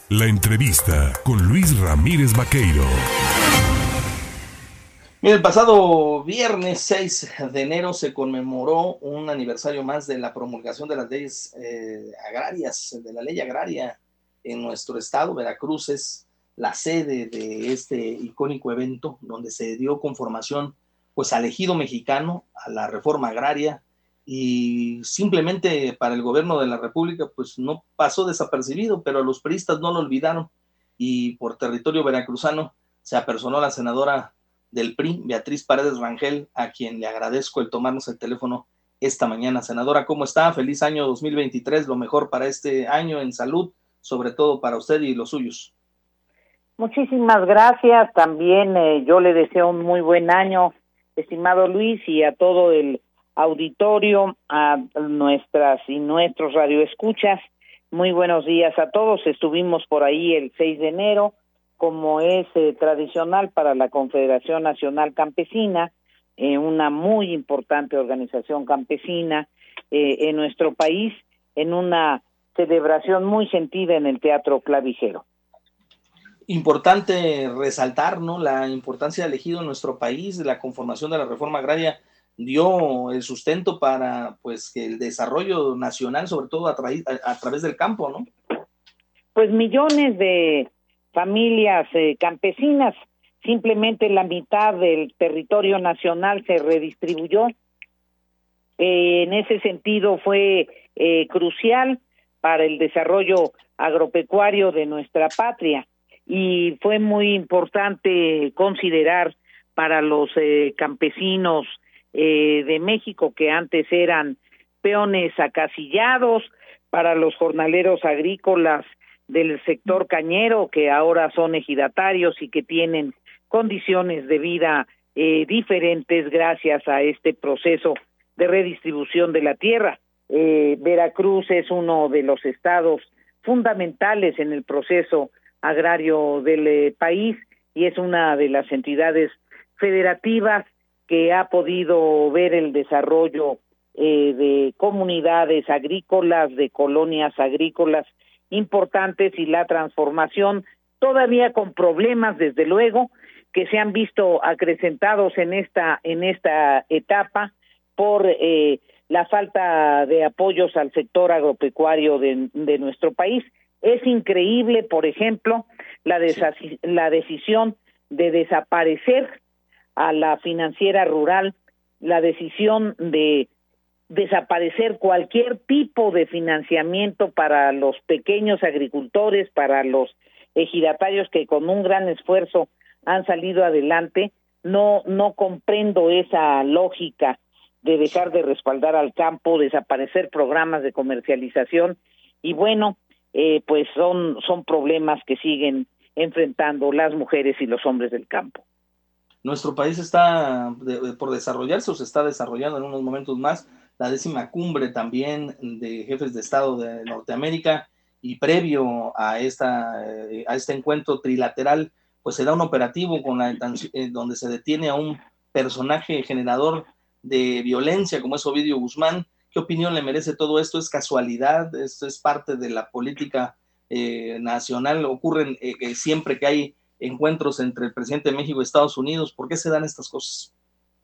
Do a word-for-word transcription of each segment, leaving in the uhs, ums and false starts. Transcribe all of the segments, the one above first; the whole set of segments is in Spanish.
La entrevista con Luis Ramírez Vaqueiro. Mira, el pasado viernes seis de enero se conmemoró un aniversario más de la promulgación de las leyes eh, agrarias, de la ley agraria en nuestro estado. Veracruz es la sede de este icónico evento donde se dio conformación pues al ejido mexicano, a la reforma agraria, y simplemente para el gobierno de la República pues no pasó desapercibido, pero los priistas no lo olvidaron y por territorio veracruzano se apersonó la senadora del P R I, Beatriz Paredes Rangel, a quien le agradezco el tomarnos el teléfono esta mañana. Senadora, ¿cómo está? Feliz año dos mil veintitrés, lo mejor para este año en salud, sobre todo para usted y los suyos. Muchísimas gracias, también eh, yo le deseo un muy buen año, estimado Luis, y a todo el auditorio, a nuestras y nuestros radioescuchas. Muy buenos días a todos. Estuvimos por ahí el seis de enero, como es eh, tradicional para la Confederación Nacional Campesina, eh, una muy importante organización campesina eh, en nuestro país, en una celebración muy sentida en el Teatro Clavijero. Importante resaltar, ¿no?, la importancia del ejido en nuestro país. La conformación de la reforma agraria dio el sustento para pues que el desarrollo nacional, sobre todo a, tra- a, a través del campo, ¿no? Pues millones de familias eh, campesinas, simplemente la mitad del territorio nacional se redistribuyó. Eh, en ese sentido fue eh, crucial para el desarrollo agropecuario de nuestra patria y fue muy importante considerar para los eh, campesinos eh, de México, que antes eran peones acasillados, para los jornaleros agrícolas del sector cañero, que ahora son ejidatarios y que tienen condiciones de vida eh, diferentes gracias a este proceso de redistribución de la tierra. Eh, Veracruz es uno de los estados fundamentales en el proceso agrario del eh, país y es una de las entidades federativas que ha podido ver el desarrollo eh, de comunidades agrícolas, de colonias agrícolas importantes y la transformación, todavía con problemas desde luego, que se han visto acrecentados en esta en esta etapa por eh, la falta de apoyos al sector agropecuario de, de nuestro país. Es increíble, por ejemplo, la, desa- la decisión de desaparecer a la financiera rural, la decisión de desaparecer cualquier tipo de financiamiento para los pequeños agricultores, para los ejidatarios que con un gran esfuerzo han salido adelante. No, no comprendo esa lógica de dejar de respaldar al campo, desaparecer programas de comercialización y bueno, eh, pues son, son problemas que siguen enfrentando las mujeres y los hombres del campo. Nuestro país está de, por desarrollarse o se está desarrollando en unos momentos más la décima cumbre también de jefes de Estado de Norteamérica, y previo a, esta, eh, a este encuentro trilateral pues se da un operativo con la, eh, donde se detiene a un personaje generador de violencia como es Ovidio Guzmán. ¿Qué opinión le merece todo esto? ¿Es casualidad? ¿Esto es parte de la política eh, nacional? ¿Ocurren eh, siempre que hay encuentros entre el presidente de México y Estados Unidos? ¿Por qué se dan estas cosas?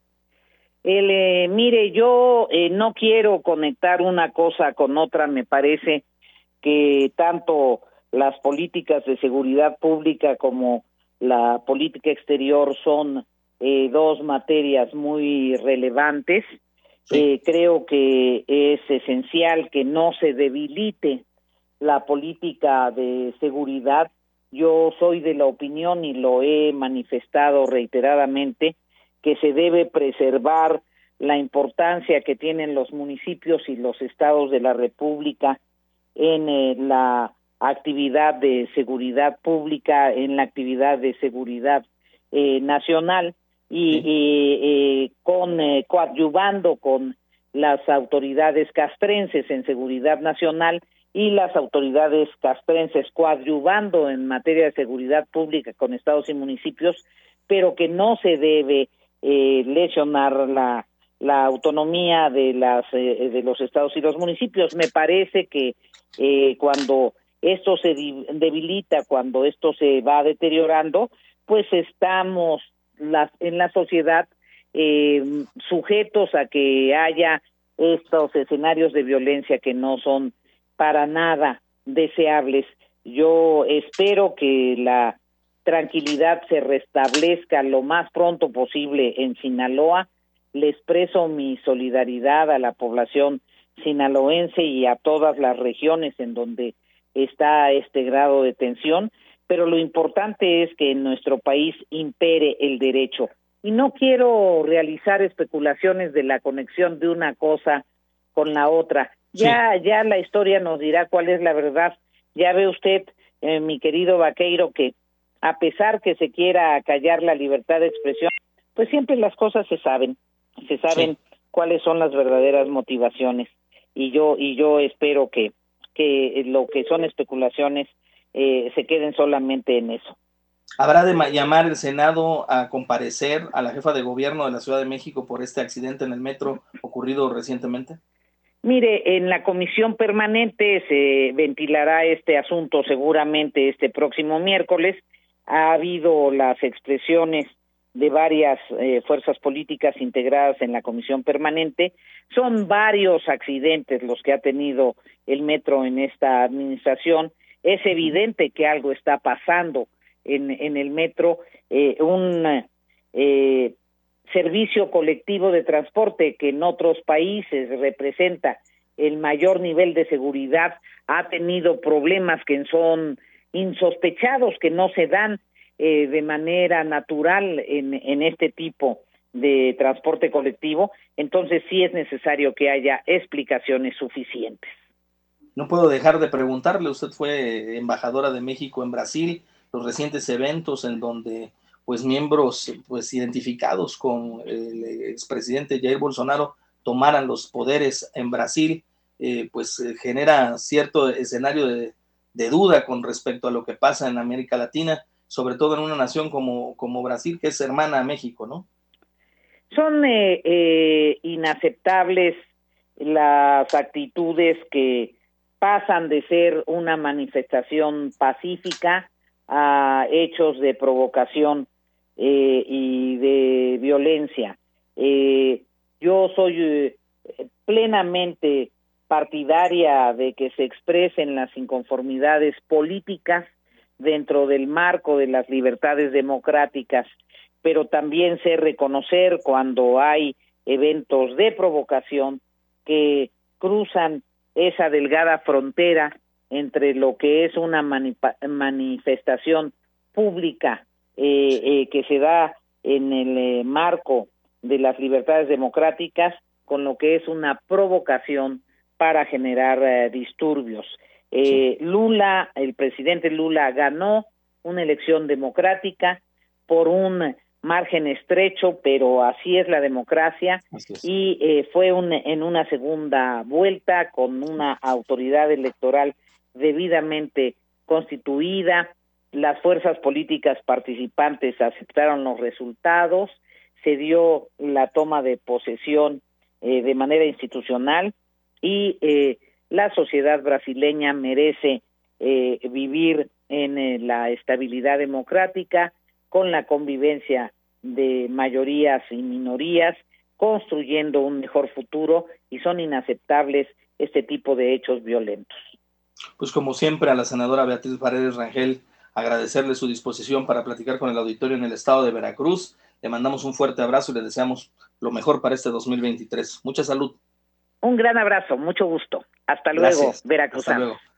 El, eh, mire, yo eh, no quiero conectar una cosa con otra. Me parece que tanto las políticas de seguridad pública como la política exterior son eh, dos materias muy relevantes. Sí. Eh, creo que es esencial que no se debilite la política de seguridad. Yo soy de la opinión y lo he manifestado reiteradamente que se debe preservar la importancia que tienen los municipios y los estados de la República en eh, la actividad de seguridad pública, en la actividad de seguridad eh, nacional y sí. eh, eh, con eh, coadyuvando con las autoridades castrenses en seguridad nacional y las autoridades castrenses coadyuvando en materia de seguridad pública con estados y municipios, pero que no se debe eh, lesionar la la autonomía de las eh, de los estados y los municipios. Me parece que eh, cuando esto se debilita, cuando esto se va deteriorando, pues estamos las, en la sociedad eh, sujetos a que haya estos escenarios de violencia que no son para nada deseables. Yo espero que la tranquilidad se restablezca lo más pronto posible en Sinaloa. Le expreso mi solidaridad a la población sinaloense y a todas las regiones en donde está este grado de tensión, pero lo importante es que en nuestro país impere el derecho. Y no quiero realizar especulaciones de la conexión de una cosa con la otra. Ya, sí. ya la historia nos dirá cuál es la verdad. Ya ve usted, eh, mi querido Vaqueiro, que a pesar que se quiera callar la libertad de expresión, pues siempre las cosas se saben, se saben sí. cuáles son las verdaderas motivaciones. Y yo y yo espero que que lo que son especulaciones eh, se queden solamente en eso. ¿Habrá de llamar el Senado a comparecer a la jefa de gobierno de la Ciudad de México por este accidente en el metro ocurrido recientemente? Mire, en la comisión permanente se ventilará este asunto seguramente este próximo miércoles. Ha habido las expresiones de varias eh, fuerzas políticas integradas en la comisión permanente. Son varios accidentes los que ha tenido el metro en esta administración. Es evidente que algo está pasando en, en el metro. Eh, un eh, servicio colectivo de transporte que en otros países representa el mayor nivel de seguridad ha tenido problemas que son insospechados, que no se dan Eh, de manera natural en, en este tipo de transporte colectivo. Entonces sí es necesario que haya explicaciones suficientes. No puedo dejar de preguntarle, usted fue embajadora de México en Brasil, los recientes eventos en donde pues miembros pues identificados con el expresidente Jair Bolsonaro tomaran los poderes en Brasil, eh, pues eh, genera cierto escenario de, de duda con respecto a lo que pasa en América Latina, sobre todo en una nación como, como Brasil, que es hermana a México, ¿no? Son eh, eh, inaceptables las actitudes que pasan de ser una manifestación pacífica a hechos de provocación eh, y de violencia. Eh, yo soy eh, plenamente partidaria de que se expresen las inconformidades políticas dentro del marco de las libertades democráticas, pero también sé reconocer cuando hay eventos de provocación que cruzan esa delgada frontera entre lo que es una mani- manifestación pública eh, eh, que se da en el eh, marco de las libertades democráticas con lo que es una provocación para generar eh, disturbios. Eh, Lula, el presidente Lula ganó una elección democrática por un margen estrecho, pero así es la democracia, es. y eh, fue un, en una segunda vuelta con una autoridad electoral debidamente constituida. Las fuerzas políticas participantes aceptaron los resultados, se dio la toma de posesión eh, de manera institucional y eh, la sociedad brasileña merece eh, vivir en eh, la estabilidad democrática, con la convivencia de mayorías y minorías, construyendo un mejor futuro, y son inaceptables este tipo de hechos violentos. Pues como siempre, a la senadora Beatriz Paredes Rangel, agradecerle su disposición para platicar con el auditorio en el estado de Veracruz. Le mandamos un fuerte abrazo y le deseamos lo mejor para este dos mil veintitrés. Mucha salud. Un gran abrazo, mucho gusto. Hasta luego, Gracias. Veracruzano. Hasta luego.